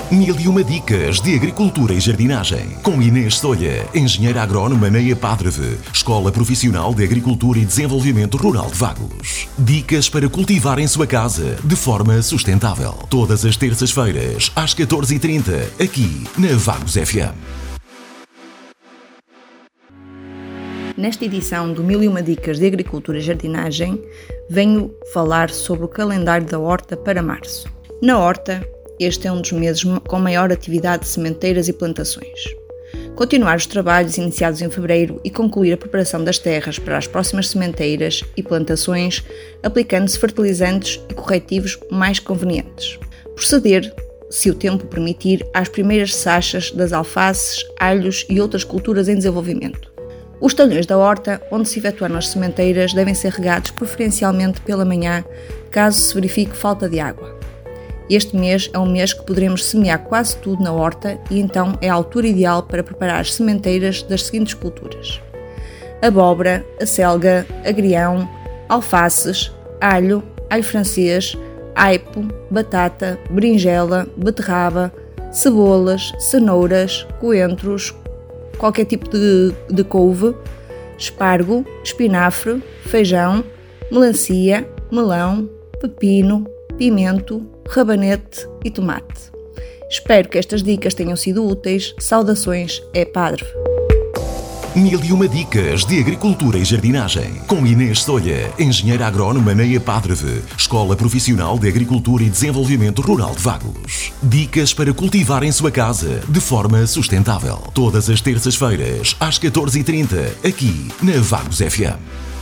1001 dicas de agricultura e jardinagem. Com Inês Solha, engenheira agrónoma na EPADREV, Escola Profissional de Agricultura e Desenvolvimento Rural de Vagos. Dicas para cultivar em sua casa de forma sustentável. Todas as terças-feiras, às 14h30, aqui na Vagos FM. Nesta edição do 1001 dicas de agricultura e jardinagem, venho falar sobre o calendário da horta para março. Na horta, este é um dos meses com maior atividade de sementeiras e plantações. Continuar os trabalhos iniciados em fevereiro e concluir a preparação das terras para as próximas sementeiras e plantações, aplicando-se fertilizantes e corretivos mais convenientes. Proceder, se o tempo permitir, às primeiras sachas das alfaces, alhos e outras culturas em desenvolvimento. Os talhões da horta, onde se efetuam as sementeiras, devem ser regados preferencialmente pela manhã, caso se verifique falta de água. Este mês é um mês que poderemos semear quase tudo na horta e então é a altura ideal para preparar as sementeiras das seguintes culturas: abóbora, acelga, agrião, alfaces, alho francês, aipo, batata, berinjela, beterraba, cebolas, cenouras, coentros, qualquer tipo de couve, espargo, espinafre, feijão, melancia, melão, pepino, pimento, rabanete e tomate. Espero que estas dicas tenham sido úteis. Saudações, EPADREV. 1001 dicas de agricultura e jardinagem. Com Inês Solha, engenheira agrónoma na EPADREV, Escola Profissional de Agricultura e Desenvolvimento Rural de Vagos. Dicas para cultivar em sua casa de forma sustentável. Todas as terças-feiras, às 14h30, aqui na Vagos FM.